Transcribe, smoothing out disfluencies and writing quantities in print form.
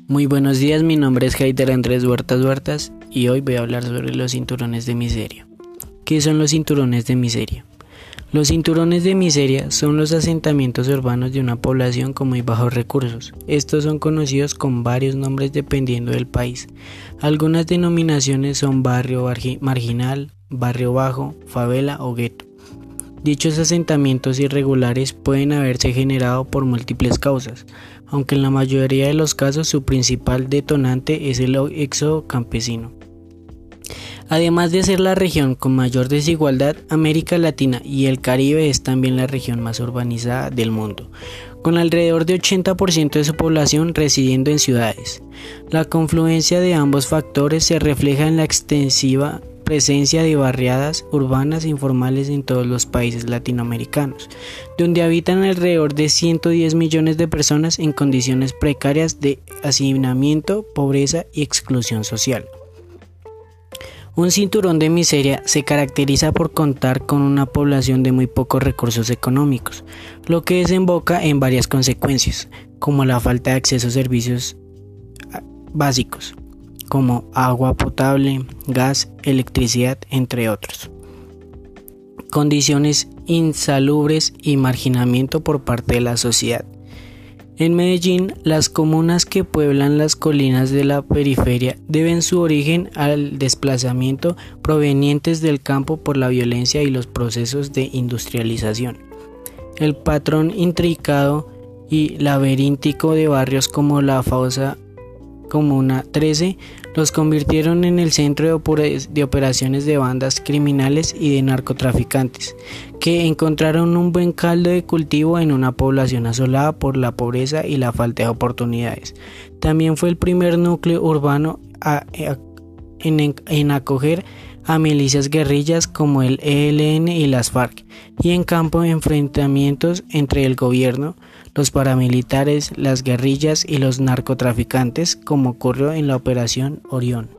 Muy buenos días, mi nombre es Heider Andrés Huertas y hoy voy a hablar sobre los cinturones de miseria. ¿Qué son los cinturones de miseria? Los cinturones de miseria son los asentamientos urbanos de una población con muy bajos recursos. Estos son conocidos con varios nombres dependiendo del país. Algunas denominaciones son barrio marginal, barrio bajo, favela o gueto. Dichos asentamientos irregulares pueden haberse generado por múltiples causas, aunque en la mayoría de los casos su principal detonante es el éxodo campesino. Además de ser la región con mayor desigualdad, América Latina y el Caribe es también la región más urbanizada del mundo, con alrededor de 80% de su población residiendo en ciudades. La confluencia de ambos factores se refleja en la extensiva presencia de barriadas urbanas informales en todos los países latinoamericanos, donde habitan alrededor de 110 millones de personas en condiciones precarias de hacinamiento, pobreza y exclusión social. Un cinturón de miseria se caracteriza por contar con una población de muy pocos recursos económicos, lo que desemboca en varias consecuencias, como la falta de acceso a servicios básicos, como agua potable, gas, electricidad, entre otros. Condiciones insalubres y marginamiento por parte de la sociedad. En Medellín, las comunas que pueblan las colinas de la periferia deben su origen al desplazamiento provenientes del campo por la violencia y los procesos de industrialización. El patrón intricado y laberíntico de barrios como la Fausa Comuna 13 los convirtieron en el centro de operaciones de bandas criminales y de narcotraficantes, que encontraron un buen caldo de cultivo en una población asolada por la pobreza y la falta de oportunidades. También fue el primer núcleo urbano en acoger a milicias guerrillas como el ELN y las FARC, y en campo de enfrentamientos entre el gobierno, los paramilitares, las guerrillas y los narcotraficantes, como ocurrió en la Operación Orión.